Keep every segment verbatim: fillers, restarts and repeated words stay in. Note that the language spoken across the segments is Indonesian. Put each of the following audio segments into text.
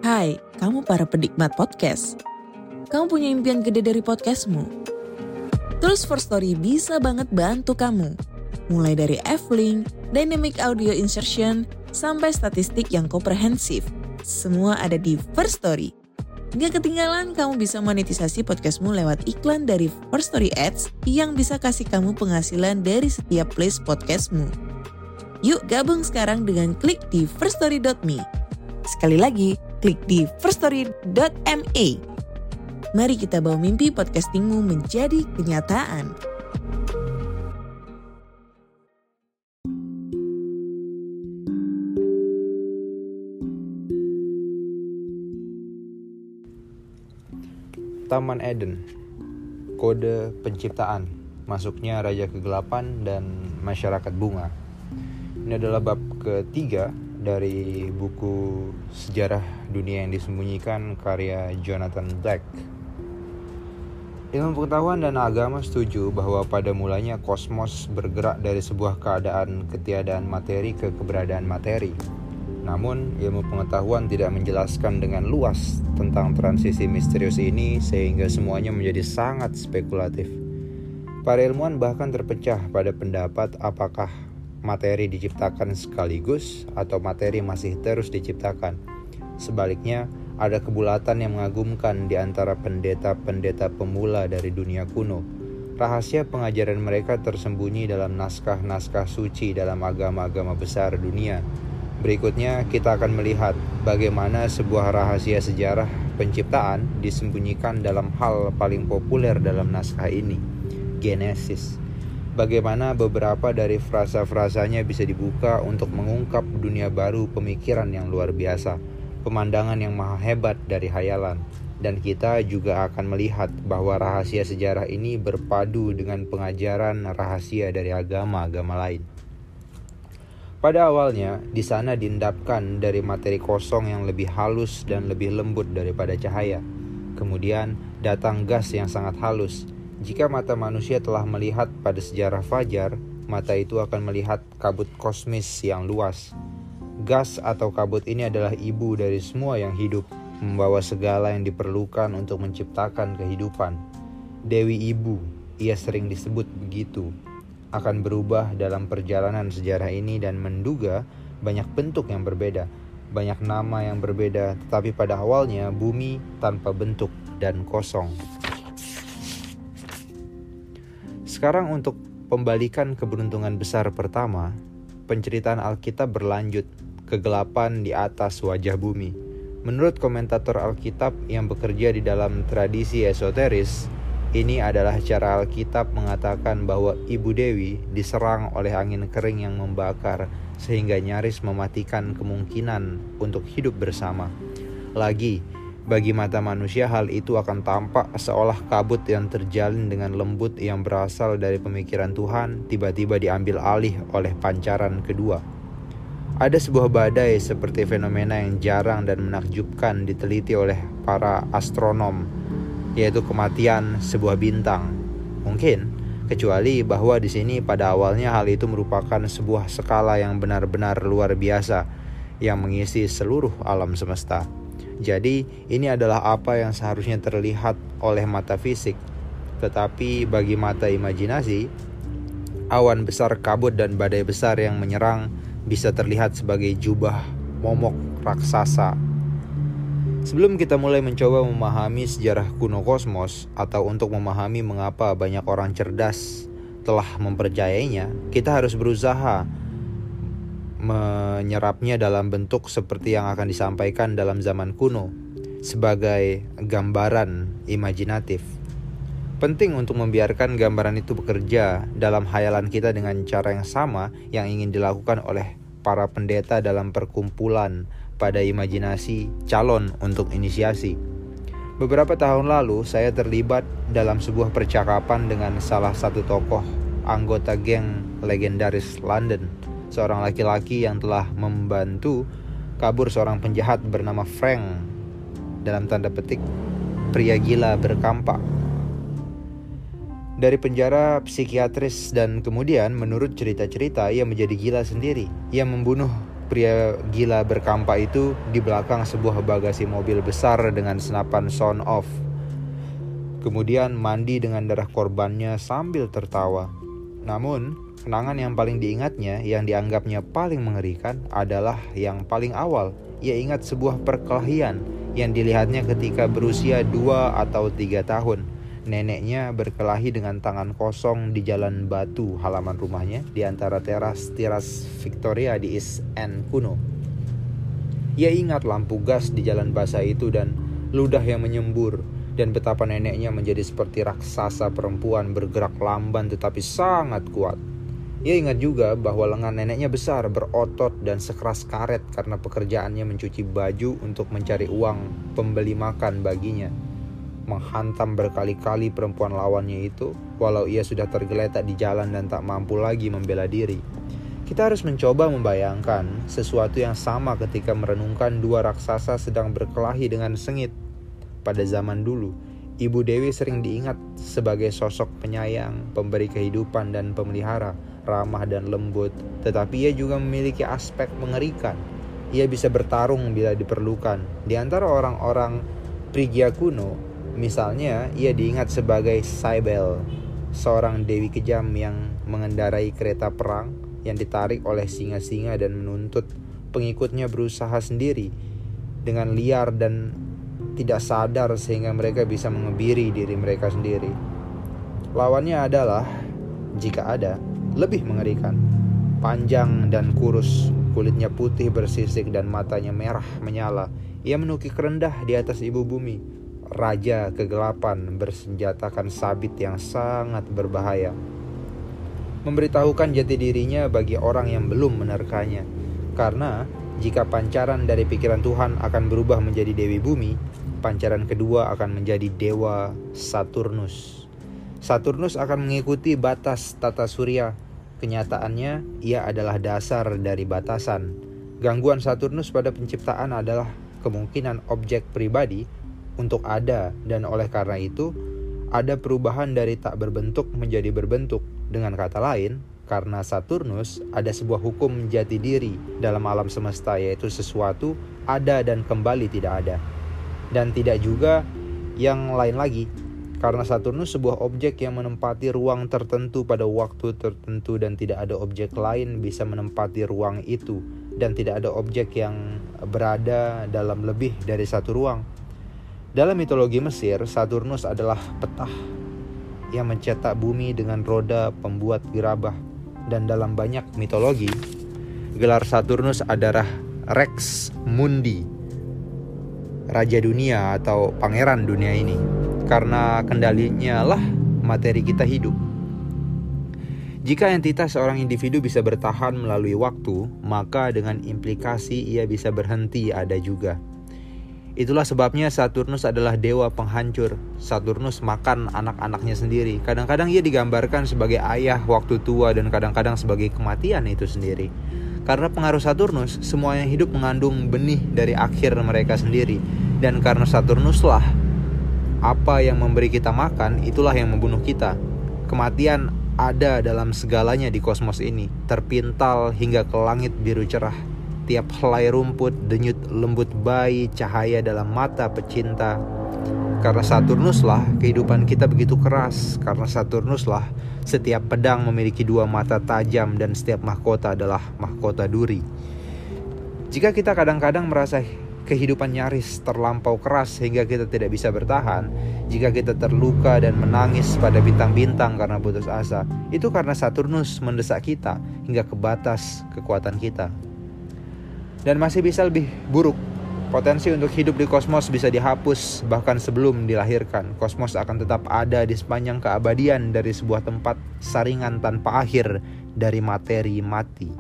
Hai, kamu para penikmat podcast. Kamu punya impian gede dari podcastmu? Terus First Story bisa banget bantu kamu. Mulai dari F-Link, Dynamic Audio Insertion, sampai statistik yang komprehensif. Semua ada di First Story. Gak ketinggalan kamu bisa monetisasi podcastmu lewat iklan dari First Story Ads yang bisa kasih kamu penghasilan dari setiap place podcastmu. Yuk gabung sekarang dengan klik di first story dot me. Sekali lagi, klik di first story dot me. Mari kita bawa mimpi podcastingmu menjadi kenyataan. Taman Eden, kode penciptaan, masuknya Raja Kegelapan dan Masyarakat Bunga. Ini adalah bab ketiga dari buku Sejarah Dunia yang Disembunyikan karya Jonathan Black. Ilmu pengetahuan dan agama setuju bahwa pada mulanya kosmos bergerak dari sebuah keadaan ketiadaan materi ke keberadaan materi. Namun, ilmu pengetahuan tidak menjelaskan dengan luas tentang transisi misterius ini sehingga semuanya menjadi sangat spekulatif. Para ilmuwan bahkan terpecah pada pendapat apakah materi diciptakan sekaligus atau materi masih terus diciptakan. Sebaliknya, ada kebulatan yang mengagumkan di antara pendeta-pendeta pemula dari dunia kuno. Rahasia pengajaran mereka tersembunyi dalam naskah-naskah suci dalam agama-agama besar dunia. Berikutnya kita akan melihat bagaimana sebuah rahasia sejarah penciptaan disembunyikan dalam hal paling populer dalam naskah ini, Genesis. Bagaimana beberapa dari frasa-frasanya bisa dibuka untuk mengungkap dunia baru pemikiran yang luar biasa, pemandangan yang maha hebat dari hayalan. Dan kita juga akan melihat bahwa rahasia sejarah ini berpadu dengan pengajaran rahasia dari agama-agama lain. Pada awalnya, di sana diendapkan dari materi kosong yang lebih halus dan lebih lembut daripada cahaya. Kemudian datang gas yang sangat halus. Jika mata manusia telah melihat pada sejarah fajar, mata itu akan melihat kabut kosmis yang luas. Gas atau kabut ini adalah ibu dari semua yang hidup, membawa segala yang diperlukan untuk menciptakan kehidupan. Dewi Ibu, ia sering disebut begitu, akan berubah dalam perjalanan sejarah ini dan menduga banyak bentuk yang berbeda, banyak nama yang berbeda, tetapi pada awalnya bumi tanpa bentuk dan kosong. Sekarang untuk pembalikan keberuntungan besar pertama, penceritaan Alkitab berlanjut, kegelapan di atas wajah bumi. Menurut komentator Alkitab yang bekerja di dalam tradisi esoteris, ini adalah cara Alkitab mengatakan bahwa Ibu Dewi diserang oleh angin kering yang membakar sehingga nyaris mematikan kemungkinan untuk hidup bersama. Lagi, bagi mata manusia hal itu akan tampak seolah kabut yang terjalin dengan lembut yang berasal dari pemikiran Tuhan tiba-tiba diambil alih oleh pancaran kedua. Ada sebuah badai seperti fenomena yang jarang dan menakjubkan diteliti oleh para astronom, yaitu kematian sebuah bintang. Mungkin, kecuali bahwa di sini pada awalnya hal itu merupakan sebuah skala yang benar-benar luar biasa yang mengisi seluruh alam semesta. Jadi, ini adalah apa yang seharusnya terlihat oleh mata fisik. Tetapi bagi mata imajinasi, awan besar kabut dan badai besar yang menyerang bisa terlihat sebagai jubah momok raksasa. Sebelum kita mulai mencoba memahami sejarah kuno kosmos atau untuk memahami mengapa banyak orang cerdas telah mempercayainya, kita harus berusaha menyerapnya dalam bentuk seperti yang akan disampaikan dalam zaman kuno, sebagai gambaran imajinatif. Penting untuk membiarkan gambaran itu bekerja dalam hayalan kita dengan cara yang sama yang ingin dilakukan oleh para pendeta dalam perkumpulan pada imajinasi calon untuk inisiasi. Beberapa tahun lalu saya terlibat dalam sebuah percakapan dengan salah satu tokoh anggota geng legendaris London, seorang laki-laki yang telah membantu kabur seorang penjahat bernama Frank, dalam tanda petik pria gila berkampak, dari penjara psikiatris, dan kemudian menurut cerita-cerita ia menjadi gila sendiri. Ia membunuh pria gila berkampak itu di belakang sebuah bagasi mobil besar dengan senapan sound off. Kemudian mandi dengan darah korbannya sambil tertawa. Namun, kenangan yang paling diingatnya, yang dianggapnya paling mengerikan adalah yang paling awal. Ia ingat sebuah perkelahian yang dilihatnya ketika berusia dua atau tiga tahun. Neneknya berkelahi dengan tangan kosong di jalan batu halaman rumahnya di antara teras-teras Victoria di East End kuno. Ia ingat lampu gas di jalan basah itu dan ludah yang menyembur, dan betapa neneknya menjadi seperti raksasa perempuan bergerak lamban tetapi sangat kuat. Ia ingat juga bahwa lengan neneknya besar, berotot dan sekeras karet karena pekerjaannya mencuci baju untuk mencari uang pembeli makan baginya. Menghantam berkali-kali perempuan lawannya itu, walau ia sudah tergeletak di jalan dan tak mampu lagi membela diri. Kita harus mencoba membayangkan sesuatu yang sama ketika merenungkan dua raksasa sedang berkelahi dengan sengit. Pada zaman dulu, Ibu Dewi sering diingat sebagai sosok penyayang, pemberi kehidupan dan pemelihara, ramah dan lembut, tetapi ia juga memiliki aspek mengerikan. Ia bisa bertarung bila diperlukan. Di antara orang-orang Phrygia kuno, misalnya, ia diingat sebagai Cybele, seorang dewi kejam yang mengendarai kereta perang yang ditarik oleh singa-singa dan menuntut pengikutnya berusaha sendiri dengan liar dan tidak sadar sehingga mereka bisa mengebiri diri mereka sendiri. Lawannya adalah, jika ada, lebih mengerikan. Panjang dan kurus, kulitnya putih bersisik dan matanya merah menyala. Ia menukik rendah di atas ibu bumi. Raja kegelapan bersenjatakan sabit yang sangat berbahaya. Memberitahukan jati dirinya bagi orang yang belum menerkanya. Karena jika pancaran dari pikiran Tuhan akan berubah menjadi Dewi Bumi, pancaran kedua akan menjadi Dewa Saturnus. Saturnus akan mengikuti batas tata surya. Kenyataannya, ia adalah dasar dari batasan. Gangguan Saturnus pada penciptaan adalah kemungkinan objek pribadi untuk ada, dan oleh karena itu, ada perubahan dari tak berbentuk menjadi berbentuk. Dengan kata lain, karena Saturnus, ada sebuah hukum jati diri dalam alam semesta, yaitu sesuatu ada dan kembali tidak ada. Dan tidak juga yang lain lagi. Karena Saturnus sebuah objek yang menempati ruang tertentu pada waktu tertentu dan tidak ada objek lain bisa menempati ruang itu, dan tidak ada objek yang berada dalam lebih dari satu ruang. Dalam mitologi Mesir, Saturnus adalah petah yang mencetak bumi dengan roda pembuat gerabah, dan dalam banyak mitologi, gelar Saturnus adalah Rex Mundi, raja dunia atau pangeran dunia ini. Karena kendalinya lah materi kita hidup. Jika entitas seorang individu bisa bertahan melalui waktu, maka dengan implikasi ia bisa berhenti ada juga. Itulah sebabnya Saturnus adalah dewa penghancur. Saturnus makan anak-anaknya sendiri. Kadang-kadang ia digambarkan sebagai ayah waktu tua dan kadang-kadang sebagai kematian itu sendiri. Karena pengaruh Saturnus, semua yang hidup mengandung benih dari akhir mereka sendiri. Dan karena Saturnuslah apa yang memberi kita makan, itulah yang membunuh kita. Kematian ada dalam segalanya di kosmos ini, terpintal hingga ke langit biru cerah. Tiap helai rumput, denyut lembut bayi, cahaya dalam mata pecinta. Karena Saturnuslah kehidupan kita begitu keras. Karena Saturnuslah setiap pedang memiliki dua mata tajam dan setiap mahkota adalah mahkota duri. Jika kita kadang-kadang merasa kehidupan nyaris terlampau keras sehingga kita tidak bisa bertahan, jika kita terluka dan menangis pada bintang-bintang karena putus asa, itu karena Saturnus mendesak kita hingga ke batas kekuatan kita. Dan masih bisa lebih buruk, potensi untuk hidup di kosmos bisa dihapus bahkan sebelum dilahirkan. Kosmos akan tetap ada di sepanjang keabadian dari sebuah tempat saringan tanpa akhir dari materi mati.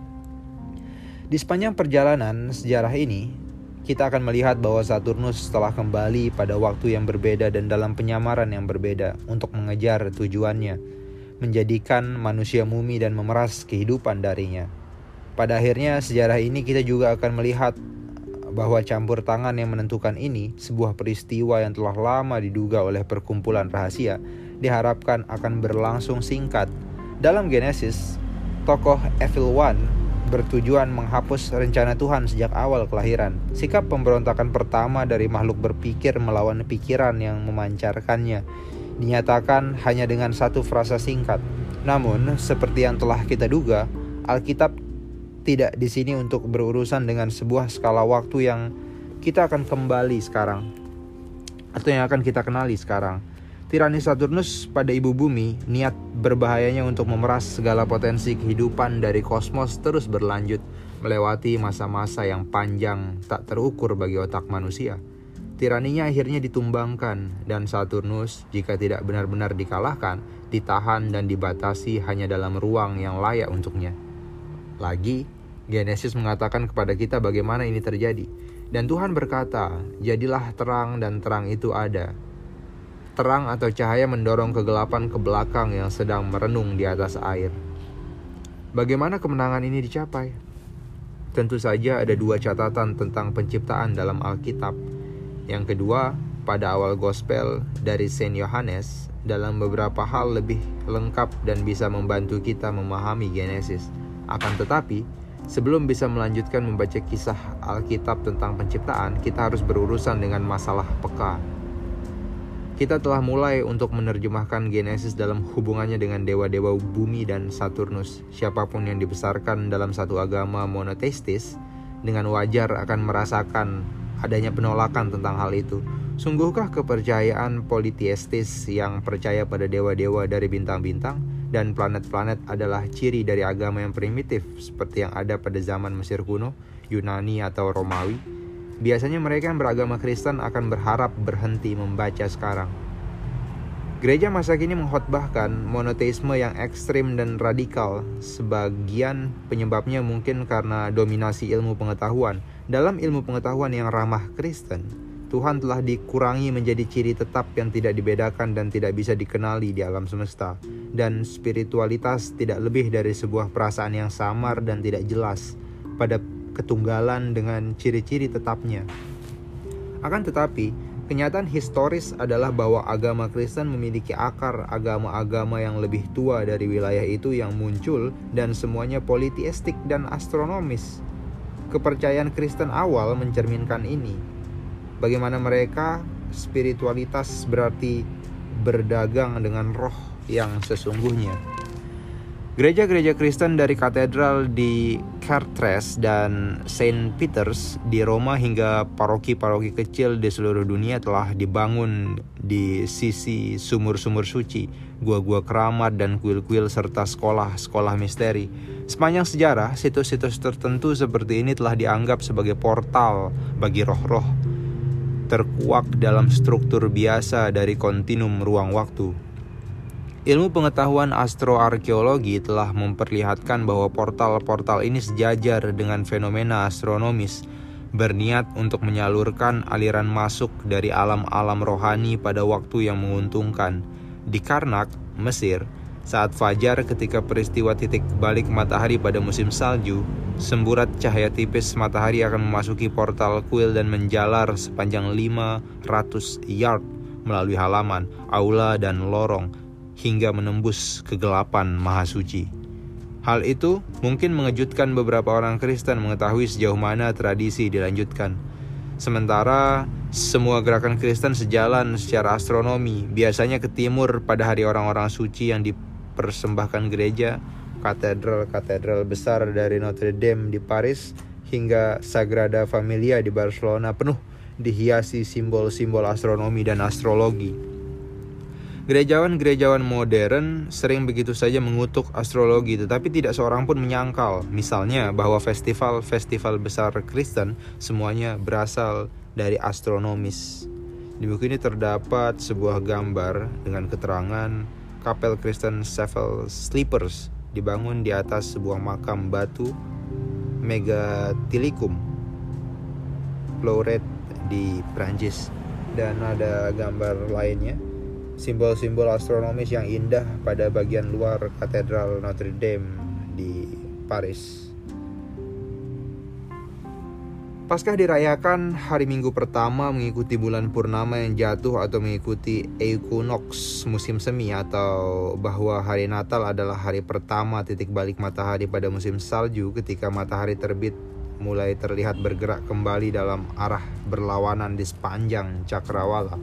Di sepanjang perjalanan sejarah ini, kita akan melihat bahwa Saturnus telah kembali pada waktu yang berbeda dan dalam penyamaran yang berbeda untuk mengejar tujuannya, menjadikan manusia mumi dan memeras kehidupan darinya. Pada akhirnya sejarah ini kita juga akan melihat bahwa campur tangan yang menentukan ini, sebuah peristiwa yang telah lama diduga oleh perkumpulan rahasia, diharapkan akan berlangsung singkat. Dalam Genesis, tokoh Evil One bertujuan menghapus rencana Tuhan sejak awal kelahiran. Sikap pemberontakan pertama dari makhluk berpikir melawan pikiran yang memancarkannya dinyatakan hanya dengan satu frasa singkat. Namun, seperti yang telah kita duga, Alkitab tidak di sini untuk berurusan dengan sebuah skala waktu yang kita akan kembali sekarang, atau yang akan kita kenali sekarang. Tirani Saturnus pada ibu bumi, niat berbahayanya untuk memeras segala potensi kehidupan dari kosmos terus berlanjut, melewati masa-masa yang panjang tak terukur bagi otak manusia. Tiraninya akhirnya ditumbangkan, dan Saturnus, jika tidak benar-benar dikalahkan, ditahan dan dibatasi hanya dalam ruang yang layak untuknya. Lagi, Genesis mengatakan kepada kita bagaimana ini terjadi. Dan Tuhan berkata, jadilah terang, dan terang itu ada. Terang atau cahaya mendorong kegelapan ke belakang yang sedang merenung di atas air. Bagaimana kemenangan ini dicapai? Tentu saja ada dua catatan tentang penciptaan dalam Alkitab. Yang kedua, pada awal gospel dari Saint Yohanes, dalam beberapa hal lebih lengkap dan bisa membantu kita memahami Genesis. Akan tetapi, sebelum bisa melanjutkan membaca kisah Alkitab tentang penciptaan, kita harus berurusan dengan masalah peka. Kita telah mulai untuk menerjemahkan Genesis dalam hubungannya dengan dewa-dewa bumi dan Saturnus. Siapapun yang dibesarkan dalam satu agama monoteistis dengan wajar akan merasakan adanya penolakan tentang hal itu. Sungguhkah kepercayaan politeistis yang percaya pada dewa-dewa dari bintang-bintang dan planet-planet adalah ciri dari agama yang primitif seperti yang ada pada zaman Mesir kuno, Yunani atau Romawi? Biasanya mereka yang beragama Kristen akan berharap berhenti membaca sekarang. Gereja masa kini mengkhotbahkan monoteisme yang ekstrim dan radikal. Sebagian penyebabnya mungkin karena dominasi ilmu pengetahuan. Dalam ilmu pengetahuan yang ramah Kristen, Tuhan telah dikurangi menjadi ciri tetap yang tidak dibedakan dan tidak bisa dikenali di alam semesta. Dan spiritualitas tidak lebih dari sebuah perasaan yang samar dan tidak jelas pada ketunggalan dengan ciri-ciri tetapnya. Akan tetapi, kenyataan historis adalah bahwa agama Kristen memiliki akar agama-agama yang lebih tua dari wilayah itu yang muncul dan semuanya politeistik dan astronomis. Kepercayaan Kristen awal mencerminkan ini. Bagaimana mereka spiritualitas berarti berdagang dengan roh yang sesungguhnya. Gereja-gereja Kristen dari katedral di Chartres dan Saint Peter's di Roma hingga paroki-paroki kecil di seluruh dunia telah dibangun di sisi sumur-sumur suci, gua-gua keramat dan kuil-kuil serta sekolah-sekolah misteri. Sepanjang sejarah, situs-situs tertentu seperti ini telah dianggap sebagai portal bagi roh-roh terkuak dalam struktur biasa dari kontinum ruang waktu. Ilmu pengetahuan astroarkeologi telah memperlihatkan bahwa portal-portal ini sejajar dengan fenomena astronomis, berniat untuk menyalurkan aliran masuk dari alam-alam rohani pada waktu yang menguntungkan. Di Karnak, Mesir, saat fajar ketika peristiwa titik balik matahari pada musim salju, semburat cahaya tipis matahari akan memasuki portal kuil dan menjalar sepanjang lima ratus yard melalui halaman, aula, dan lorong, hingga menembus kegelapan maha suci. Hal itu mungkin mengejutkan beberapa orang Kristen mengetahui sejauh mana tradisi dilanjutkan. Sementara semua gerakan Kristen sejalan secara astronomi, biasanya ke timur pada hari orang-orang suci yang dipersembahkan gereja, katedral-katedral besar dari Notre Dame di Paris hingga Sagrada Familia di Barcelona penuh dihiasi simbol-simbol astronomi dan astrologi. Gerejawan-gerejawan modern sering begitu saja mengutuk astrologi, tetapi tidak seorang pun menyangkal, misalnya, bahwa festival-festival besar Kristen semuanya berasal dari astronomis. Di buku ini terdapat sebuah gambar dengan keterangan kapel Kristen Cheval Sleepers dibangun di atas sebuah makam batu Megatilicum, Fleuret di Prancis, dan ada gambar lainnya. Simbol-simbol astronomis yang indah pada bagian luar katedral Notre Dame di Paris. Paskah dirayakan hari Minggu pertama mengikuti bulan purnama yang jatuh atau mengikuti equinox musim semi, atau bahwa hari Natal adalah hari pertama titik balik matahari pada musim salju ketika matahari terbit mulai terlihat bergerak kembali dalam arah berlawanan di sepanjang cakrawala.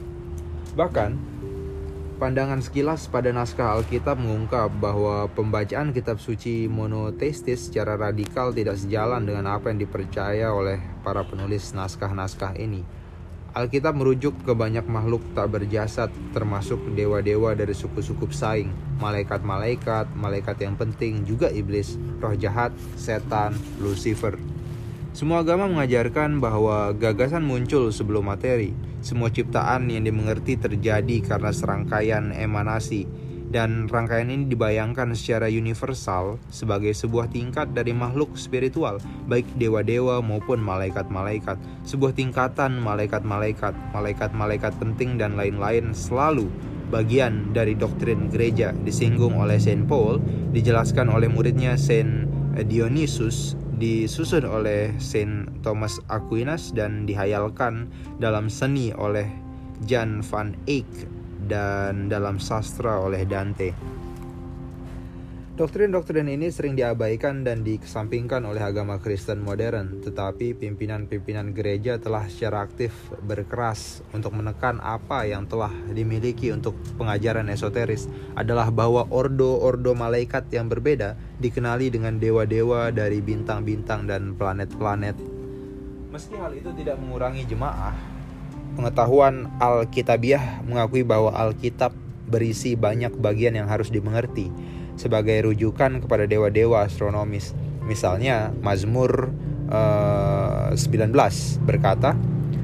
Bahkan pandangan sekilas pada naskah Alkitab mengungkap bahwa pembacaan kitab suci monoteistis secara radikal tidak sejalan dengan apa yang dipercaya oleh para penulis naskah-naskah ini. Alkitab merujuk ke banyak makhluk tak berjasad, termasuk dewa-dewa dari suku-suku pesaing, malaikat-malaikat, malaikat yang penting, juga iblis, roh jahat, setan, Lucifer. Semua agama mengajarkan bahwa gagasan muncul sebelum materi. Semua ciptaan yang dimengerti terjadi karena serangkaian emanasi, dan rangkaian ini dibayangkan secara universal sebagai sebuah tingkat dari makhluk spiritual, baik dewa-dewa maupun malaikat-malaikat. Sebuah tingkatan malaikat-malaikat, malaikat-malaikat penting dan lain-lain selalu bagian dari doktrin gereja. Disinggung oleh Saint Paul, dijelaskan oleh muridnya Saint Dionysius, disusun oleh Saint Thomas Aquinas, dan dihayalkan dalam seni oleh Jan van Eyck dan dalam sastra oleh Dante. Doktrin-doktrin ini sering diabaikan dan dikesampingkan oleh agama Kristen modern, tetapi pimpinan-pimpinan gereja telah secara aktif berkeras untuk menekan apa yang telah dimiliki untuk pengajaran esoteris adalah bahwa ordo-ordo malaikat yang berbeda dikenali dengan dewa-dewa dari bintang-bintang dan planet-planet. Meski hal itu tidak mengurangi jemaah, pengetahuan Alkitabiah mengakui bahwa Alkitab berisi banyak bagian yang harus dimengerti sebagai rujukan kepada dewa-dewa astronomis. Misalnya Mazmur uh, sembilan belas berkata,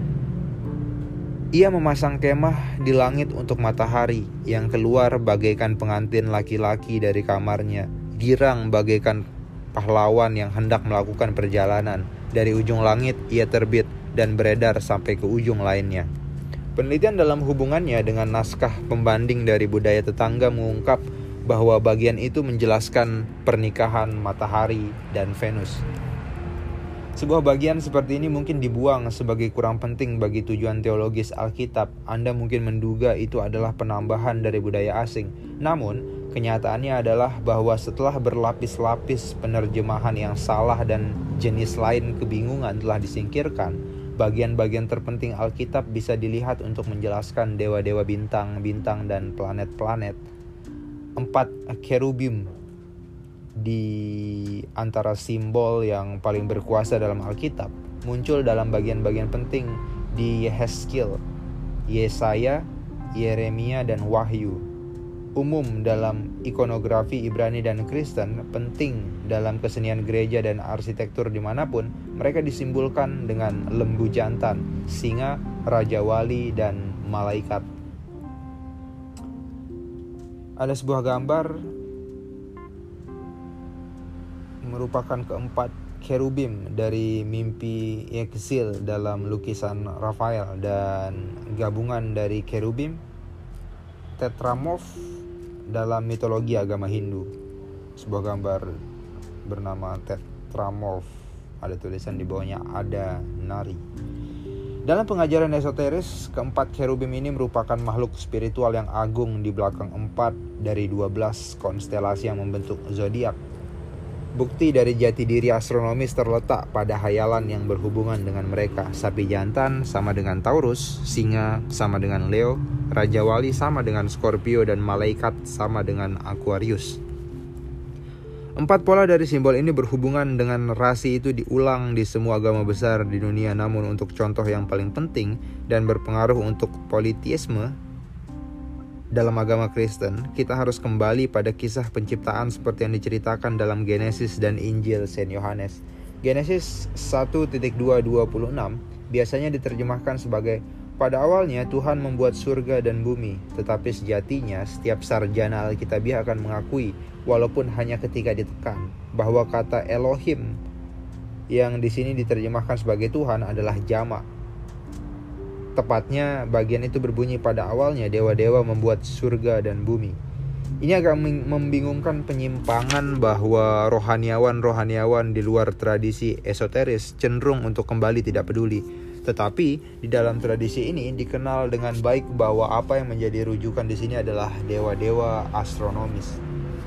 "Ia memasang kemah di langit untuk matahari yang keluar bagaikan pengantin laki-laki dari kamarnya, girang bagaikan pahlawan yang hendak melakukan perjalanan. Dari ujung langit ia terbit dan beredar sampai ke ujung lainnya." Penelitian dalam hubungannya dengan naskah pembanding dari budaya tetangga mengungkap bahwa bagian itu menjelaskan pernikahan matahari dan Venus. Sebuah bagian seperti ini mungkin dibuang sebagai kurang penting bagi tujuan teologis Alkitab. Anda mungkin menduga itu adalah penambahan dari budaya asing. Namun, kenyataannya adalah bahwa setelah berlapis-lapis penerjemahan yang salah dan jenis lain kebingungan telah disingkirkan, bagian-bagian terpenting Alkitab bisa dilihat untuk menjelaskan dewa-dewa bintang-bintang dan planet-planet. Empat kerubim di antara simbol yang paling berkuasa dalam Alkitab muncul dalam bagian-bagian penting di Yehezkiel, Yesaya, Yeremia, dan Wahyu. Umum dalam ikonografi Ibrani dan Kristen, penting dalam kesenian gereja dan arsitektur dimanapun, mereka disimbolkan dengan lembu jantan, singa, raja wali, dan malaikat. Ada sebuah gambar merupakan keempat kerubim dari mimpi Yehezkiel dalam lukisan Rafael, dan gabungan dari kerubim tetramorph dalam mitologi agama Hindu. Sebuah gambar bernama tetramorph, ada tulisan di bawahnya ada nari. Dalam pengajaran esoteris, keempat kerubim ini merupakan makhluk spiritual yang agung di belakang empat dari dua belas konstelasi yang membentuk zodiak. Bukti dari jati diri astronomis terletak pada hayalan yang berhubungan dengan mereka. Sapi jantan sama dengan Taurus, singa sama dengan Leo, raja wali sama dengan Scorpio, dan malaikat sama dengan Aquarius. Empat pola dari simbol ini berhubungan dengan rasi itu diulang di semua agama besar di dunia. Namun untuk contoh yang paling penting dan berpengaruh untuk politeisme dalam agama Kristen, kita harus kembali pada kisah penciptaan seperti yang diceritakan dalam Genesis dan Injil Saint Yohanes. Genesis satu dua dua puluh enam biasanya diterjemahkan sebagai, "Pada awalnya Tuhan membuat surga dan bumi," tetapi sejatinya setiap sarjana Alkitabiah akan mengakui, walaupun hanya ketika ditekan, bahwa kata Elohim yang di sini diterjemahkan sebagai Tuhan adalah jamak. Tepatnya bagian itu berbunyi, "Pada awalnya dewa-dewa membuat surga dan bumi." Ini agak membingungkan penyimpangan bahwa rohaniawan-rohaniawan di luar tradisi esoteris cenderung untuk kembali tidak peduli. Tetapi di dalam tradisi ini dikenal dengan baik bahwa apa yang menjadi rujukan di sini adalah dewa-dewa astronomis.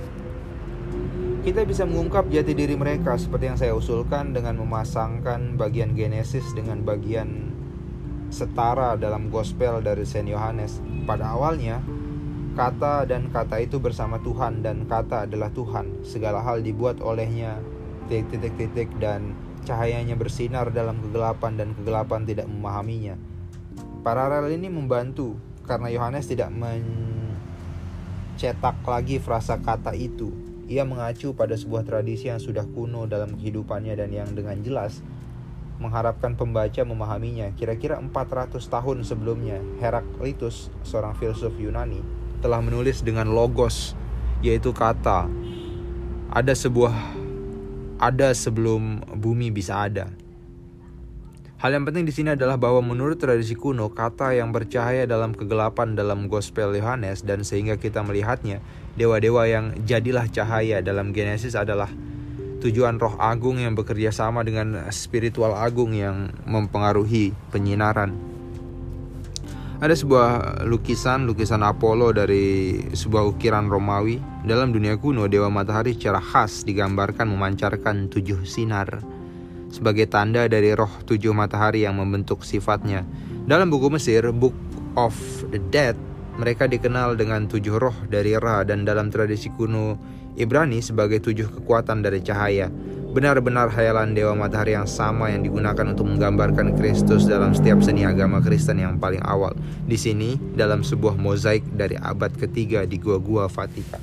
Kita bisa mengungkap jati diri mereka seperti yang saya usulkan dengan memasangkan bagian Genesis dengan bagian setara dalam Gospel dari Saint Yohanes. Pada awalnya, kata dan kata itu bersama Tuhan dan kata adalah Tuhan. Segala hal dibuat olehnya, titik-titik-titik, dan cahayanya bersinar dalam kegelapan dan kegelapan tidak memahaminya. Paralel ini membantu karena Yohanes tidak mencetak lagi frasa kata itu. Ia mengacu pada sebuah tradisi yang sudah kuno dalam kehidupannya dan yang dengan jelas mengharapkan pembaca memahaminya. Kira-kira empat ratus tahun sebelumnya, Heraklitus, seorang filsuf Yunani, telah menulis dengan logos, yaitu kata. Ada sebuah ada sebelum bumi bisa ada. Hal yang penting di sini adalah bahwa menurut tradisi kuno, kata yang bercahaya dalam kegelapan dalam Gospel Yohanes, dan sehingga kita melihatnya, dewa-dewa yang jadilah cahaya dalam Genesis adalah tujuan roh agung yang bekerja sama dengan spiritual agung yang mempengaruhi penyinaran. Ada sebuah lukisan, lukisan Apollo dari sebuah ukiran Romawi. Dalam dunia kuno, dewa matahari secara khas digambarkan memancarkan tujuh sinar sebagai tanda dari roh tujuh matahari yang membentuk sifatnya. Dalam buku Mesir, Book of the Dead, mereka dikenal dengan tujuh roh dari Ra, dan dalam tradisi kuno Ibrani sebagai tujuh kekuatan dari cahaya. Benar-benar khayalan dewa matahari yang sama yang digunakan untuk menggambarkan Kristus dalam setiap seni agama Kristen yang paling awal. Di sini dalam sebuah mozaik dari abad ketiga di gua-gua Vatikan.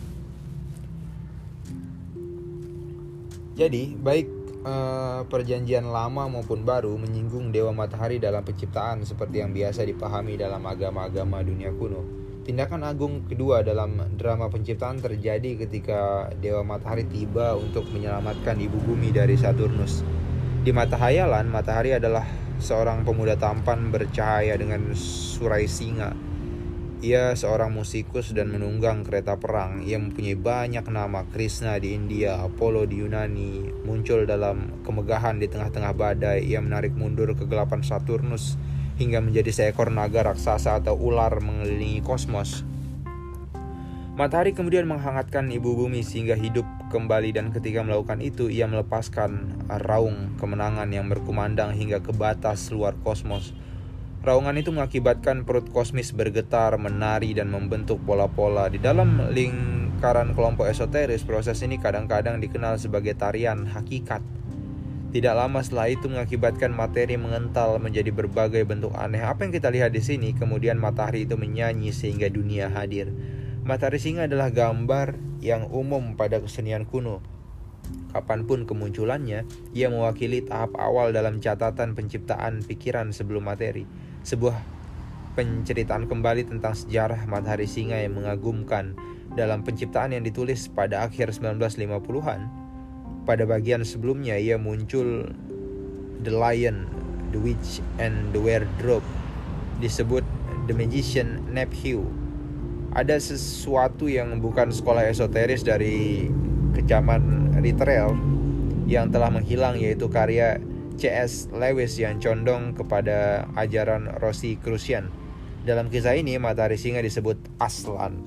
Jadi baik eh, perjanjian lama maupun baru menyinggung dewa matahari dalam penciptaan seperti yang biasa dipahami dalam agama-agama dunia kuno. Tindakan agung kedua dalam drama penciptaan terjadi ketika dewa matahari tiba untuk menyelamatkan ibu bumi dari Saturnus. Di mata hayalan, matahari adalah seorang pemuda tampan bercahaya dengan surai singa. Ia seorang musikus dan menunggang kereta perang. Ia mempunyai banyak nama. Krishna di India, Apollo di Yunani, muncul dalam kemegahan di tengah-tengah badai. Ia menarik mundur kegelapan Saturnus hingga menjadi seekor naga raksasa atau ular mengelilingi kosmos. Matahari kemudian menghangatkan ibu bumi sehingga hidup kembali, dan ketika melakukan itu ia melepaskan raung kemenangan yang berkumandang hingga ke batas luar kosmos. Raungan itu mengakibatkan perut kosmis bergetar, menari, dan membentuk pola-pola. Di dalam lingkaran kelompok esoteris, proses ini kadang-kadang dikenal sebagai tarian hakikat. Tidak lama setelah itu mengakibatkan materi mengental menjadi berbagai bentuk aneh. Apa yang kita lihat di sini, kemudian matahari itu menyanyi sehingga dunia hadir. Matahari singa adalah gambar yang umum pada kesenian kuno. Kapanpun kemunculannya, ia mewakili tahap awal dalam catatan penciptaan pikiran sebelum materi. Sebuah penceritaan kembali tentang sejarah matahari singa yang mengagumkan dalam penciptaan yang ditulis pada akhir sembilan belas lima puluhan. Pada bagian sebelumnya ia muncul The Lion, The Witch, and The Wardrobe, disebut The Magician Nephew. Ada sesuatu yang bukan sekolah esoteris dari kecaman literal yang telah menghilang, yaitu karya C S Lewis yang condong kepada ajaran Rosicrucian. Dalam kisah ini matahari singa disebut Aslan.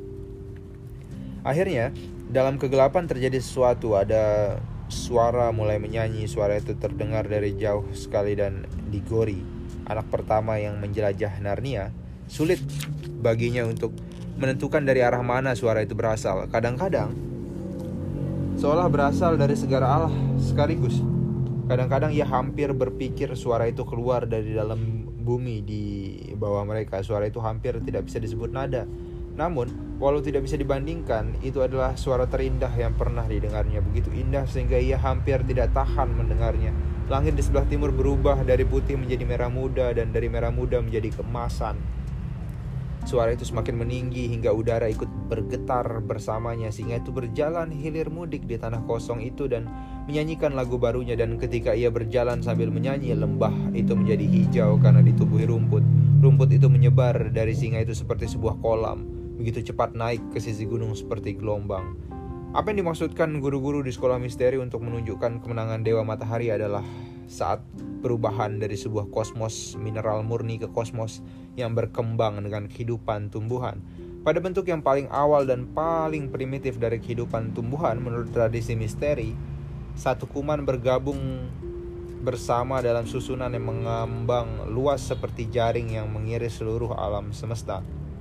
Akhirnya dalam kegelapan terjadi sesuatu. Ada suara mulai menyanyi. Suara itu terdengar dari jauh sekali, dan Diggory, anak pertama yang menjelajah Narnia, sulit baginya untuk menentukan dari arah mana suara itu berasal. Kadang-kadang seolah berasal dari segala arah sekaligus. Kadang-kadang ia hampir berpikir suara itu keluar dari dalam bumi di bawah mereka. Suara itu hampir tidak bisa disebut nada. Namun, walau tidak bisa dibandingkan, itu adalah suara terindah yang pernah didengarnya. Begitu indah sehingga ia hampir tidak tahan mendengarnya. Langit di sebelah timur berubah dari putih menjadi merah muda, dan dari merah muda menjadi keemasan. Suara itu semakin meninggi hingga udara ikut bergetar bersamanya. Singa itu berjalan hilir mudik di tanah kosong itu dan menyanyikan lagu barunya. Dan ketika ia berjalan sambil menyanyi, lembah itu menjadi hijau karena ditubuhi rumput. Rumput itu menyebar dari singa itu seperti sebuah kolam. begitu cepat naik ke sisi gunung seperti gelombang. Apa yang dimaksudkan guru-guru di sekolah misteri untuk menunjukkan kemenangan Dewa Matahari adalah saat perubahan dari sebuah kosmos mineral murni ke kosmos yang berkembang dengan kehidupan tumbuhan. Pada bentuk yang paling awal dan paling primitif dari kehidupan tumbuhan menurut tradisi misteri, satu kuman bergabung bersama dalam susunan yang mengambang luas seperti jaring yang mengiris seluruh alam semesta.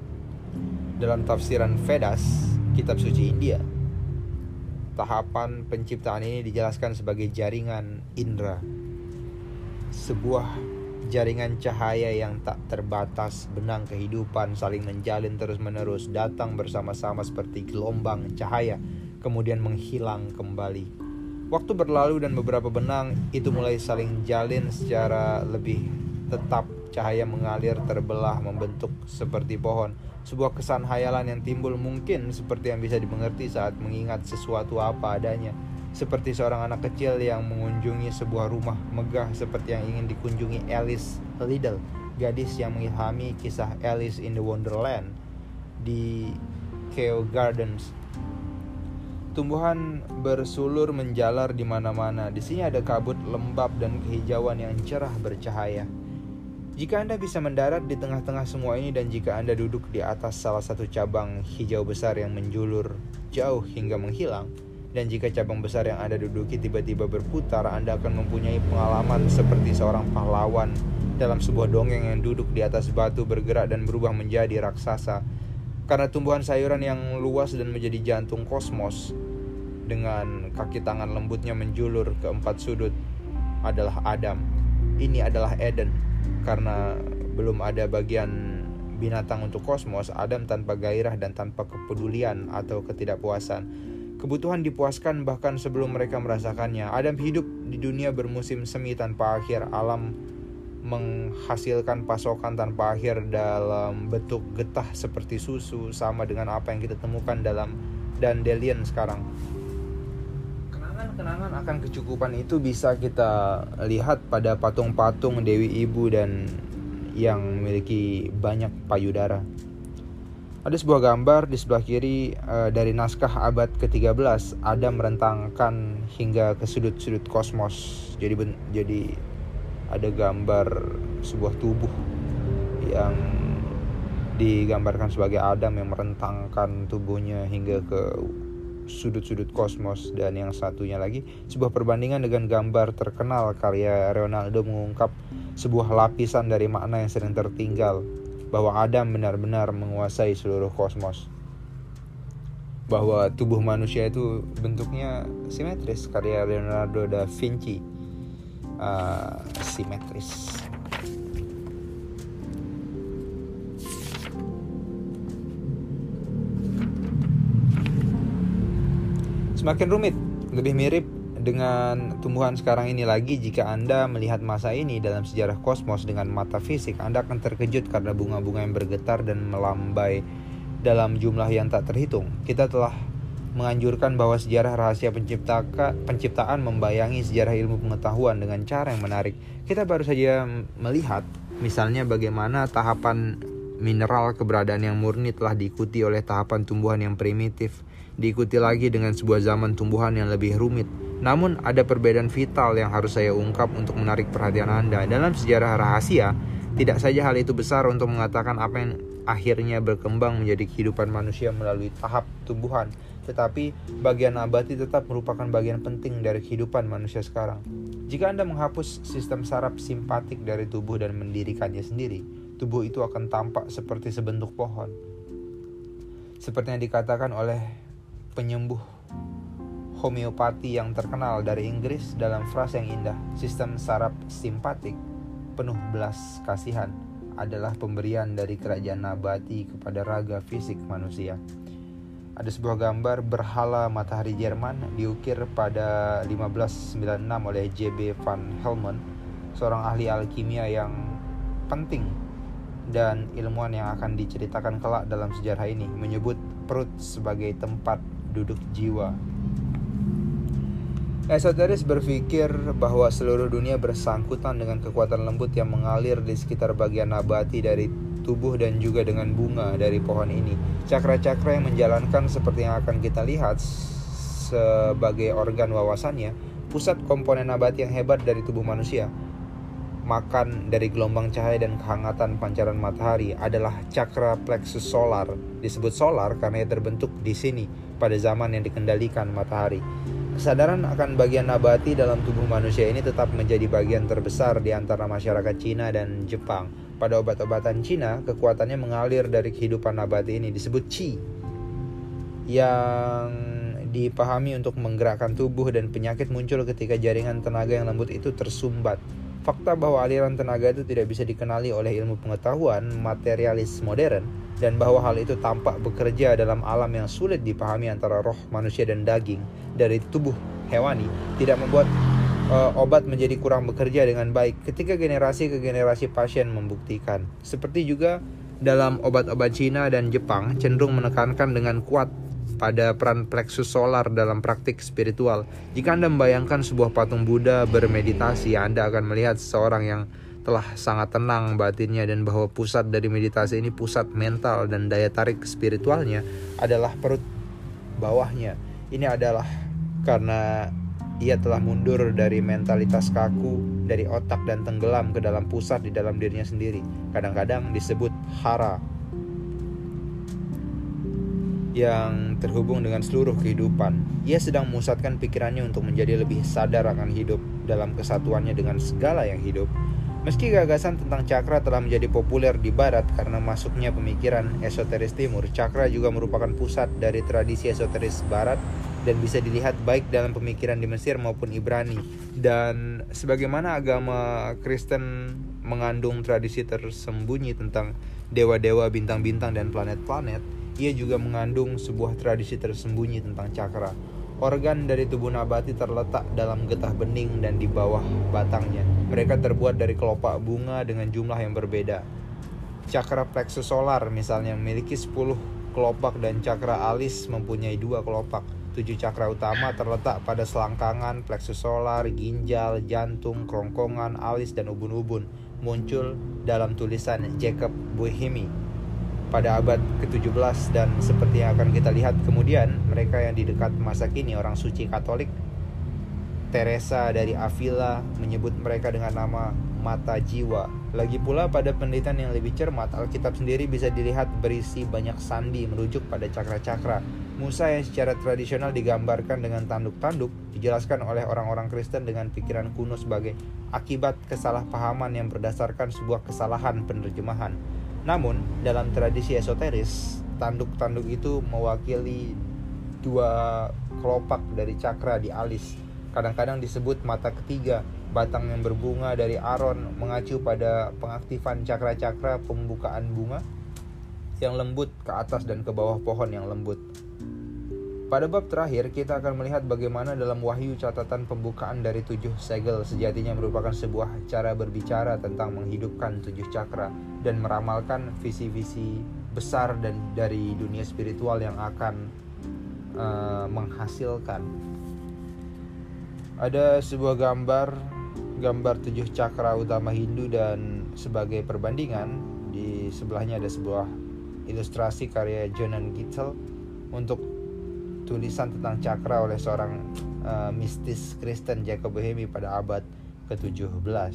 Dalam tafsiran Vedas, kitab suci India, tahapan penciptaan ini dijelaskan sebagai jaringan indera, sebuah jaringan cahaya yang tak terbatas, benang kehidupan saling menjalin terus-menerus, datang bersama-sama seperti gelombang cahaya, kemudian menghilang kembali. Waktu berlalu dan beberapa benang itu mulai saling jalin secara lebih tetap. Cahaya mengalir terbelah membentuk seperti pohon. Sebuah kesan hayalan yang timbul mungkin seperti yang bisa dimengerti saat mengingat sesuatu apa adanya. Seperti seorang anak kecil yang mengunjungi sebuah rumah megah seperti yang ingin dikunjungi Alice Liddell, gadis yang mengilhami kisah Alice in the Wonderland di Kew Gardens. Tumbuhan bersulur menjalar di mana-mana. Di sini ada kabut lembab dan kehijauan yang cerah bercahaya. Jika Anda bisa mendarat di tengah-tengah semua ini dan jika Anda duduk di atas salah satu cabang hijau besar yang menjulur jauh hingga menghilang, dan jika cabang besar yang Anda duduki tiba-tiba berputar, Anda akan mempunyai pengalaman seperti seorang pahlawan dalam sebuah dongeng yang duduk di atas batu bergerak dan berubah menjadi raksasa. Karena tumbuhan sayuran yang luas dan menjadi jantung kosmos dengan kaki tangan lembutnya menjulur ke empat sudut adalah Adam. Ini adalah Eden. Karena belum ada bagian binatang untuk kosmos, Adam tanpa gairah dan tanpa kepedulian atau ketidakpuasan. Kebutuhan dipuaskan bahkan sebelum mereka merasakannya. Adam hidup di dunia bermusim semi tanpa akhir. Alam menghasilkan pasokan tanpa akhir dalam bentuk getah seperti susu, sama dengan apa yang kita temukan dalam dandelion sekarang. Kenangan-kenangan akan kecukupan itu bisa kita lihat pada patung-patung Dewi Ibu dan yang memiliki banyak payudara. Ada sebuah gambar di sebelah kiri uh, dari naskah abad ke tiga belas. Adam merentangkan hingga ke sudut-sudut kosmos. Jadi ben- jadi ada gambar sebuah tubuh yang digambarkan sebagai Adam yang merentangkan tubuhnya hingga ke sudut-sudut kosmos. Dan yang satunya lagi sebuah perbandingan dengan gambar terkenal karya Leonardo mengungkap sebuah lapisan dari makna yang sering tertinggal, bahwa Adam benar-benar menguasai seluruh kosmos, bahwa tubuh manusia itu bentuknya simetris, karya Leonardo da Vinci. Uh, simetris. Semakin rumit, lebih mirip dengan tumbuhan sekarang ini lagi. Jika Anda melihat masa ini dalam sejarah kosmos dengan mata fisik, Anda akan terkejut karena bunga-bunga yang bergetar dan melambai dalam jumlah yang tak terhitung. Kita telah menganjurkan bahwa sejarah rahasia penciptaan membayangi sejarah ilmu pengetahuan dengan cara yang menarik. Kita baru saja melihat misalnya bagaimana tahapan mineral keberadaan yang murni telah diikuti oleh tahapan tumbuhan yang primitif, diikuti lagi dengan sebuah zaman tumbuhan yang lebih rumit. Namun ada perbedaan vital yang harus saya ungkap untuk menarik perhatian Anda. Dalam sejarah rahasia, tidak saja hal itu besar untuk mengatakan apa yang akhirnya berkembang menjadi kehidupan manusia melalui tahap tumbuhan, tetapi bagian nabati tetap merupakan bagian penting dari kehidupan manusia sekarang. Jika Anda menghapus sistem saraf simpatik dari tubuh dan mendirikannya sendiri, tubuh itu akan tampak seperti sebentuk pohon. Seperti yang dikatakan oleh penyembuh homeopati yang terkenal dari Inggris dalam frase yang indah, sistem saraf simpatik penuh belas kasihan adalah pemberian dari kerajaan nabati kepada raga fisik manusia. Ada sebuah gambar berhala matahari Jerman diukir pada lima belas sembilan puluh enam oleh J B van Helmont, seorang ahli alkimia yang penting dan ilmuwan yang akan diceritakan kelak dalam sejarah ini, menyebut perut sebagai tempat duduk jiwa. Esoteris berpikir bahwa seluruh dunia bersangkutan dengan kekuatan lembut yang mengalir di sekitar bagian nabati dari tubuh dan juga dengan bunga dari pohon ini. Cakra-cakra yang menjalankan seperti yang akan kita lihat sebagai organ wawasannya, pusat komponen nabati yang hebat dari tubuh manusia, makan dari gelombang cahaya dan kehangatan pancaran matahari, adalah cakra plexus solar. Disebut solar karena ia terbentuk di sini pada zaman yang dikendalikan matahari. Kesadaran akan bagian nabati dalam tubuh manusia ini tetap menjadi bagian terbesar di antara masyarakat Cina dan Jepang. Pada obat-obatan Cina, kekuatannya mengalir dari kehidupan nabati ini, disebut qi, yang dipahami untuk menggerakkan tubuh, dan penyakit muncul ketika jaringan tenaga yang lembut itu tersumbat. Fakta bahwa aliran tenaga itu tidak bisa dikenali oleh ilmu pengetahuan materialis modern, dan bahwa hal itu tampak bekerja dalam alam yang sulit dipahami antara roh manusia dan daging dari tubuh hewani, tidak membuat uh, obat menjadi kurang bekerja dengan baik ketika generasi ke generasi pasien membuktikan. Seperti juga dalam obat-obat Cina dan Jepang cenderung menekankan dengan kuat pada peran plexus solar dalam praktik spiritual. Jika Anda membayangkan sebuah patung Buddha bermeditasi, Anda akan melihat seseorang yang telah sangat tenang batinnya, dan bahwa pusat dari meditasi ini, pusat mental dan daya tarik spiritualnya, adalah perut bawahnya. Ini adalah karena ia telah mundur dari mentalitas kaku, dari otak, dan tenggelam ke dalam pusat di dalam dirinya sendiri. Kadang-kadang disebut hara, yang terhubung dengan seluruh kehidupan. Ia sedang memusatkan pikirannya untuk menjadi lebih sadar akan hidup dalam kesatuannya dengan segala yang hidup. Meski gagasan tentang cakra telah menjadi populer di barat karena masuknya pemikiran esoteris timur, cakra juga merupakan pusat dari tradisi esoteris barat dan bisa dilihat baik dalam pemikiran di Mesir maupun Ibrani. Dan sebagaimana agama Kristen mengandung tradisi tersembunyi tentang dewa-dewa, bintang-bintang, dan planet-planet, ia juga mengandung sebuah tradisi tersembunyi tentang cakra. Organ dari tubuh nabati terletak dalam getah bening dan di bawah batangnya. Mereka terbuat dari kelopak bunga dengan jumlah yang berbeda. Cakra plexus solar misalnya memiliki sepuluh kelopak, dan cakra alis mempunyai dua kelopak. Tujuh cakra utama terletak pada selangkangan, plexus solar, ginjal, jantung, kerongkongan, alis, dan ubun-ubun. Muncul dalam tulisan Jacob Boehme pada abad ketujuh belas, dan seperti yang akan kita lihat kemudian, mereka yang di dekat masa kini, orang suci Katolik, Teresa dari Avila, menyebut mereka dengan nama mata jiwa. Lagi pula pada penelitian yang lebih cermat, Alkitab sendiri bisa dilihat berisi banyak sandi merujuk pada cakra-cakra. Musa yang secara tradisional digambarkan dengan tanduk-tanduk dijelaskan oleh orang-orang Kristen dengan pikiran kuno sebagai akibat kesalahpahaman yang berdasarkan sebuah kesalahan penerjemahan. Namun, dalam tradisi esoteris, tanduk-tanduk itu mewakili dua kelopak dari cakra di alis. Kadang-kadang disebut mata ketiga, batang yang berbunga dari Aron, mengacu pada pengaktifan cakra-cakra pembukaan bunga yang lembut ke atas dan ke bawah pohon yang lembut. Pada bab terakhir, kita akan melihat bagaimana dalam Wahyu catatan pembukaan dari tujuh segel sejatinya merupakan sebuah cara berbicara tentang menghidupkan tujuh cakra dan meramalkan visi-visi besar dan dari dunia spiritual yang akan uh, menghasilkan. Ada sebuah gambar, gambar tujuh cakra utama Hindu, dan sebagai perbandingan di sebelahnya ada sebuah ilustrasi karya Jonan Gittel untuk tulisan tentang cakra oleh seorang uh, mistis Kristen Jacob Boehme pada abad ketujuh belas.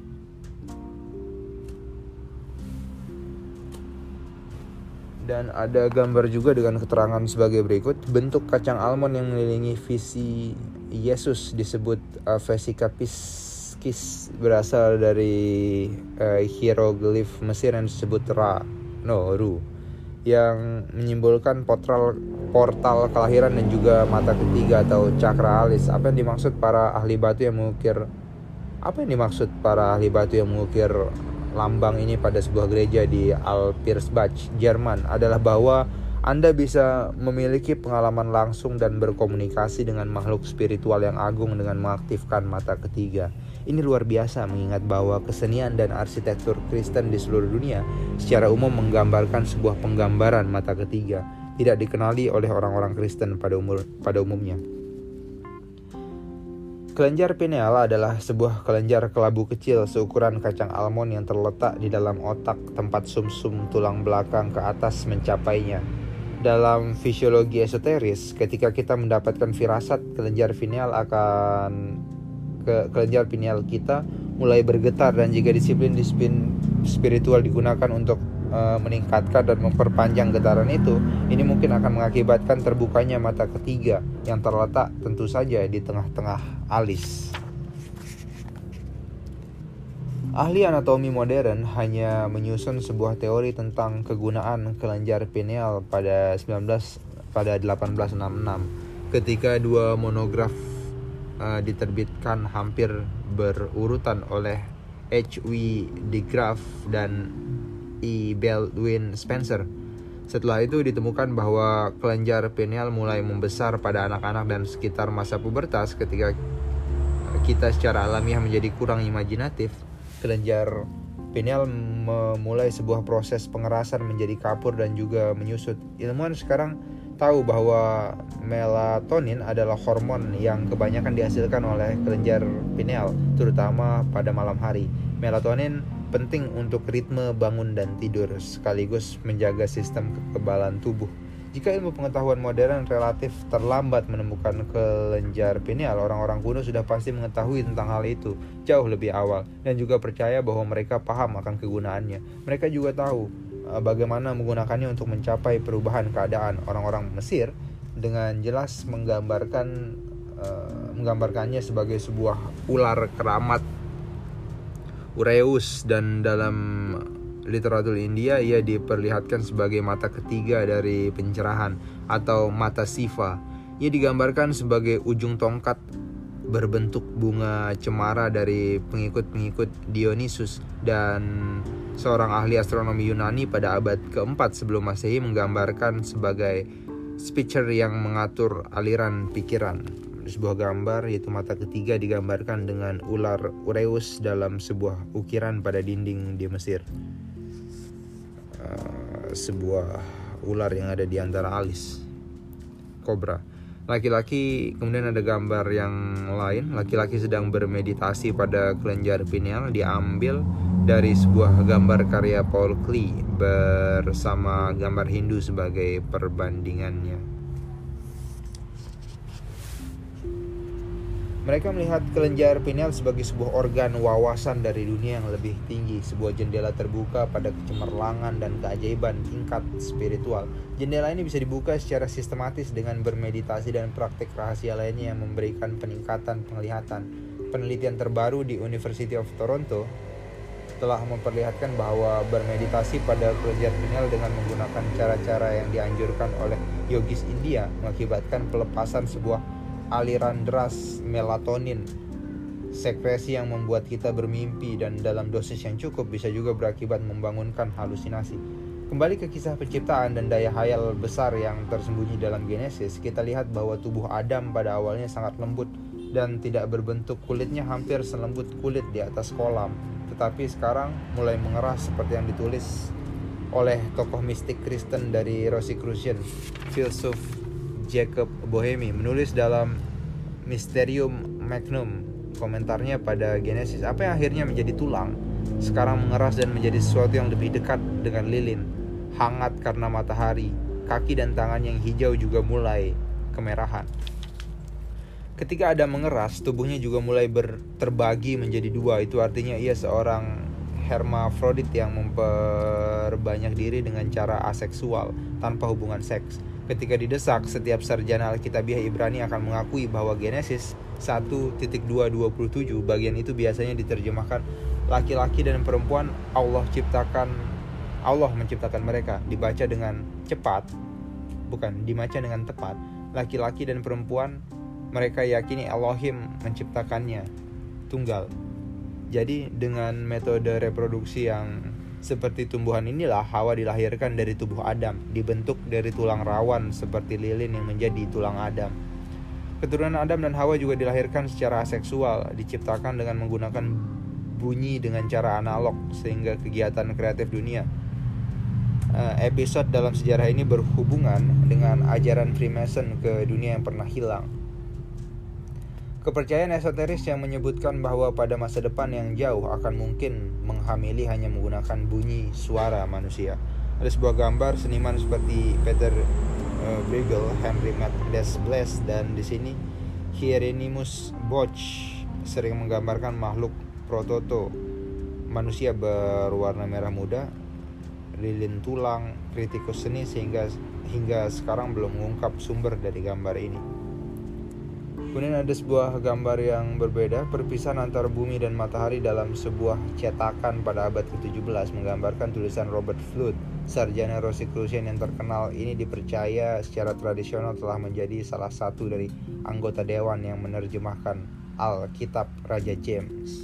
Dan ada gambar juga dengan keterangan sebagai berikut. Bentuk kacang almond yang mengelilingi visi Yesus disebut uh, vesica piscis, berasal dari uh, hieroglif Mesir yang disebut Ra, no, Ru, yang menyimbolkan portal portal kelahiran dan juga mata ketiga atau cakra alis. Apa yang dimaksud para ahli batu yang mengukir apa yang dimaksud para ahli batu yang mengukir lambang ini pada sebuah gereja di Alpirsbach, Jerman adalah bahwa Anda bisa memiliki pengalaman langsung dan berkomunikasi dengan makhluk spiritual yang agung dengan mengaktifkan mata ketiga. Ini luar biasa, mengingat bahwa kesenian dan arsitektur Kristen di seluruh dunia secara umum menggambarkan sebuah penggambaran mata ketiga, tidak dikenali oleh orang-orang Kristen pada umur pada umumnya. Kelenjar pineal adalah sebuah kelenjar kelabu kecil seukuran kacang almond yang terletak di dalam otak tempat sumsum tulang belakang ke atas mencapainya. Dalam fisiologi esoteris, ketika kita mendapatkan firasat kelenjar pineal akan ke kelenjar pineal kita mulai bergetar, dan jika disiplin-disiplin spiritual digunakan untuk uh, meningkatkan dan memperpanjang getaran itu, ini mungkin akan mengakibatkan terbukanya mata ketiga yang terletak tentu saja di tengah-tengah alis. Ahli anatomi modern hanya menyusun sebuah teori tentang kegunaan kelenjar pineal pada sembilan belas pada delapan belas enam puluh enam ketika dua monograf uh, diterbitkan hampir berurutan oleh H W de Graaf dan E. Baldwin Spencer. Setelah itu ditemukan bahwa kelenjar pineal mulai membesar pada anak-anak dan sekitar masa pubertas. Ketika kita secara alamiah menjadi kurang imajinatif, kelenjar pineal memulai sebuah proses pengerasan menjadi kapur dan juga menyusut. Ilmuwan sekarang tahu bahwa melatonin adalah hormon yang kebanyakan dihasilkan oleh kelenjar pineal, terutama pada malam hari. Melatonin penting untuk ritme bangun dan tidur, sekaligus menjaga sistem kekebalan tubuh. Jika ilmu pengetahuan modern relatif terlambat menemukan kelenjar pineal, orang-orang kuno sudah pasti mengetahui tentang hal itu jauh lebih awal dan juga percaya bahwa mereka paham akan kegunaannya. Mereka juga tahu uh, bagaimana menggunakannya untuk mencapai perubahan keadaan. Orang-orang Mesir dengan jelas menggambarkan uh, menggambarkannya sebagai sebuah ular keramat Ureus, dan dalam literatur India ia diperlihatkan sebagai mata ketiga dari pencerahan atau mata Siva. Ia digambarkan sebagai ujung tongkat berbentuk bunga cemara dari pengikut-pengikut Dionysus, dan seorang ahli astronomi Yunani pada abad keempat sebelum Masehi menggambarkan sebagai sphincter yang mengatur aliran pikiran. Sebuah gambar yaitu mata ketiga digambarkan dengan ular Ureus dalam sebuah ukiran pada dinding di Mesir. Uh, sebuah ular yang ada di antara alis, kobra. Laki-laki, kemudian ada gambar yang lain, laki-laki sedang bermeditasi pada kelenjar pineal, diambil dari sebuah gambar karya Paul Klee bersama gambar Hindu sebagai perbandingannya. Mereka melihat kelenjar pineal sebagai sebuah organ wawasan dari dunia yang lebih tinggi, sebuah jendela terbuka pada kecemerlangan dan keajaiban tingkat spiritual. Jendela ini bisa dibuka secara sistematis dengan bermeditasi dan praktik rahasia lainnya yang memberikan peningkatan penglihatan. Penelitian terbaru di University of Toronto telah memperlihatkan bahwa bermeditasi pada kelenjar pineal dengan menggunakan cara-cara yang dianjurkan oleh yogis India mengakibatkan pelepasan sebuah aliran deras melatonin, sekresi yang membuat kita bermimpi dan dalam dosis yang cukup bisa juga berakibat membangunkan halusinasi. Kembali ke kisah penciptaan dan daya hayal besar yang tersembunyi dalam Genesis, kita lihat bahwa tubuh Adam pada awalnya sangat lembut dan tidak berbentuk, kulitnya hampir selembut kulit di atas kolam, tetapi sekarang mulai mengeras seperti yang ditulis oleh tokoh mistik Kristen dari Rosicrucian, filsuf Jacob Boehme menulis dalam Mysterium Magnum komentarnya pada Genesis. Apa yang akhirnya menjadi tulang sekarang mengeras dan menjadi sesuatu yang lebih dekat dengan lilin, hangat karena matahari. Kaki dan tangan yang hijau juga mulai kemerahan. Ketika Adam mengeras, tubuhnya juga mulai ber- terbagi menjadi dua. Itu artinya ia seorang hermafrodit yang memperbanyak diri dengan cara aseksual tanpa hubungan seks. Ketika didesak, setiap sarjana Alkitabiah Ibrani akan mengakui bahwa Genesis satu titik dua dua puluh tujuh bagian itu biasanya diterjemahkan laki-laki dan perempuan Allah ciptakan Allah menciptakan mereka, dibaca dengan cepat, bukan dibaca dengan tepat. Laki-laki dan perempuan mereka yakini Elohim menciptakannya tunggal. Jadi dengan metode reproduksi yang seperti tumbuhan inilah Hawa dilahirkan dari tubuh Adam, dibentuk dari tulang rawan seperti lilin yang menjadi tulang Adam. Keturunan Adam dan Hawa juga dilahirkan secara aseksual, diciptakan dengan menggunakan bunyi dengan cara analog, sehingga kegiatan kreatif dunia. Uh, episode dalam sejarah ini berhubungan dengan ajaran Freemason ke dunia yang pernah hilang. Kepercayaan esoteris yang menyebutkan bahwa pada masa depan yang jauh akan mungkin menghamili hanya menggunakan bunyi suara manusia. Ada sebuah gambar seniman seperti Peter uh, Bruegel, Henry Matt Desbles, dan di sini Hieronymus Bosch sering menggambarkan makhluk prototo manusia berwarna merah muda, lilin tulang, kritikus seni, sehingga hingga sekarang belum mengungkap sumber dari gambar ini. Kemudian ada sebuah gambar yang berbeda, perpisahan antara bumi dan matahari dalam sebuah cetakan pada abad ke tujuh belas, menggambarkan tulisan Robert Fludd, sarjana Rosicrucian yang terkenal ini dipercaya secara tradisional telah menjadi salah satu dari anggota dewan yang menerjemahkan Alkitab Raja James.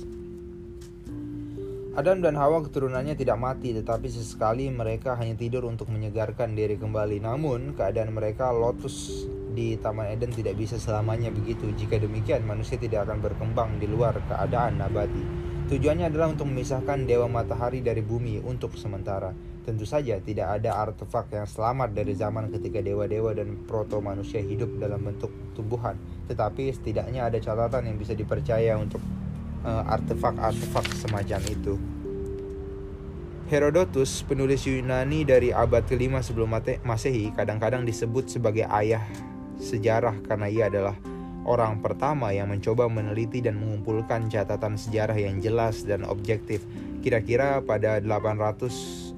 Adam dan Hawa keturunannya tidak mati, tetapi sesekali mereka hanya tidur untuk menyegarkan diri kembali. Namun keadaan mereka lotus di Taman Eden tidak bisa selamanya begitu. Jika demikian, manusia tidak akan berkembang di luar keadaan nabati. Tujuannya adalah untuk memisahkan dewa matahari dari bumi untuk sementara. Tentu saja tidak ada artefak yang selamat dari zaman ketika dewa-dewa dan proto-manusia hidup dalam bentuk tumbuhan. Tetapi setidaknya ada catatan yang bisa dipercaya untuk uh, artefak-artefak semacam itu. Herodotus, penulis Yunani dari abad kelima sebelum Masehi, kadang-kadang disebut sebagai ayah sejarah karena ia adalah orang pertama yang mencoba meneliti dan mengumpulkan catatan sejarah yang jelas dan objektif. Kira-kira pada delapan ratus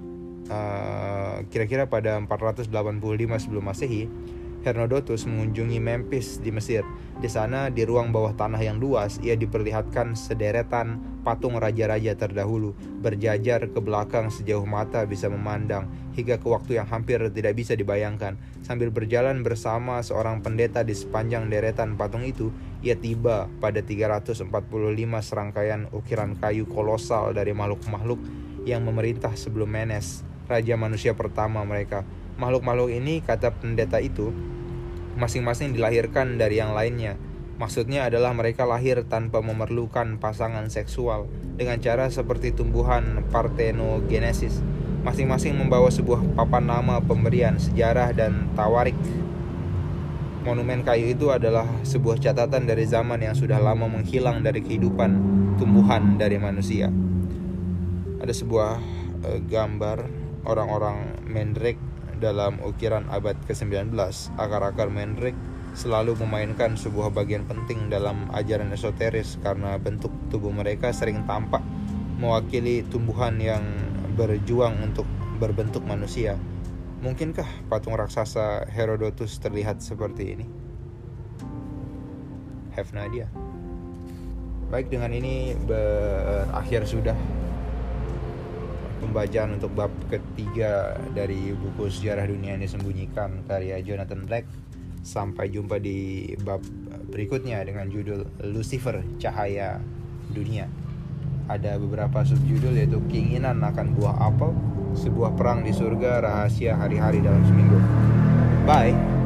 uh, kira-kira pada empat ratus delapan puluh lima sebelum Masehi, Herodotus mengunjungi Memphis di Mesir. Di sana, di ruang bawah tanah yang luas, ia diperlihatkan sederetan patung raja-raja terdahulu berjajar ke belakang sejauh mata bisa memandang, hingga ke waktu yang hampir tidak bisa dibayangkan. Sambil berjalan bersama seorang pendeta di sepanjang deretan patung itu, ia tiba pada tiga ratus empat puluh lima serangkaian ukiran kayu kolosal dari makhluk-makhluk yang memerintah sebelum Menes, raja manusia pertama mereka. Makhluk-makhluk ini, kata pendeta itu, masing-masing dilahirkan dari yang lainnya. Maksudnya adalah mereka lahir tanpa memerlukan pasangan seksual, dengan cara seperti tumbuhan parthenogenesis. Masing-masing membawa sebuah papan nama, pemberian, sejarah, dan tawarik. Monumen kayu itu adalah sebuah catatan dari zaman yang sudah lama menghilang dari kehidupan tumbuhan dari manusia. Ada sebuah uh, gambar orang-orang Mandrake dalam ukiran abad ke sembilan belas. Akar-akar Mandrake selalu memainkan sebuah bagian penting dalam ajaran esoteris karena bentuk tubuh mereka sering tampak mewakili tumbuhan yang berjuang untuk berbentuk manusia. Mungkinkah patung raksasa Herodotus terlihat seperti ini? Have no idea. Baik, dengan ini berakhir sudah pembacaan untuk bab ketiga dari buku Sejarah Dunia yang Disembunyikan karya Jonathan Black. Sampai jumpa di bab berikutnya dengan judul Lucifer, Cahaya Dunia. Ada beberapa subjudul yaitu Keinginan akan Buah Apel, Sebuah Perang di Surga, Rahasia Hari-hari dalam Seminggu. Bye.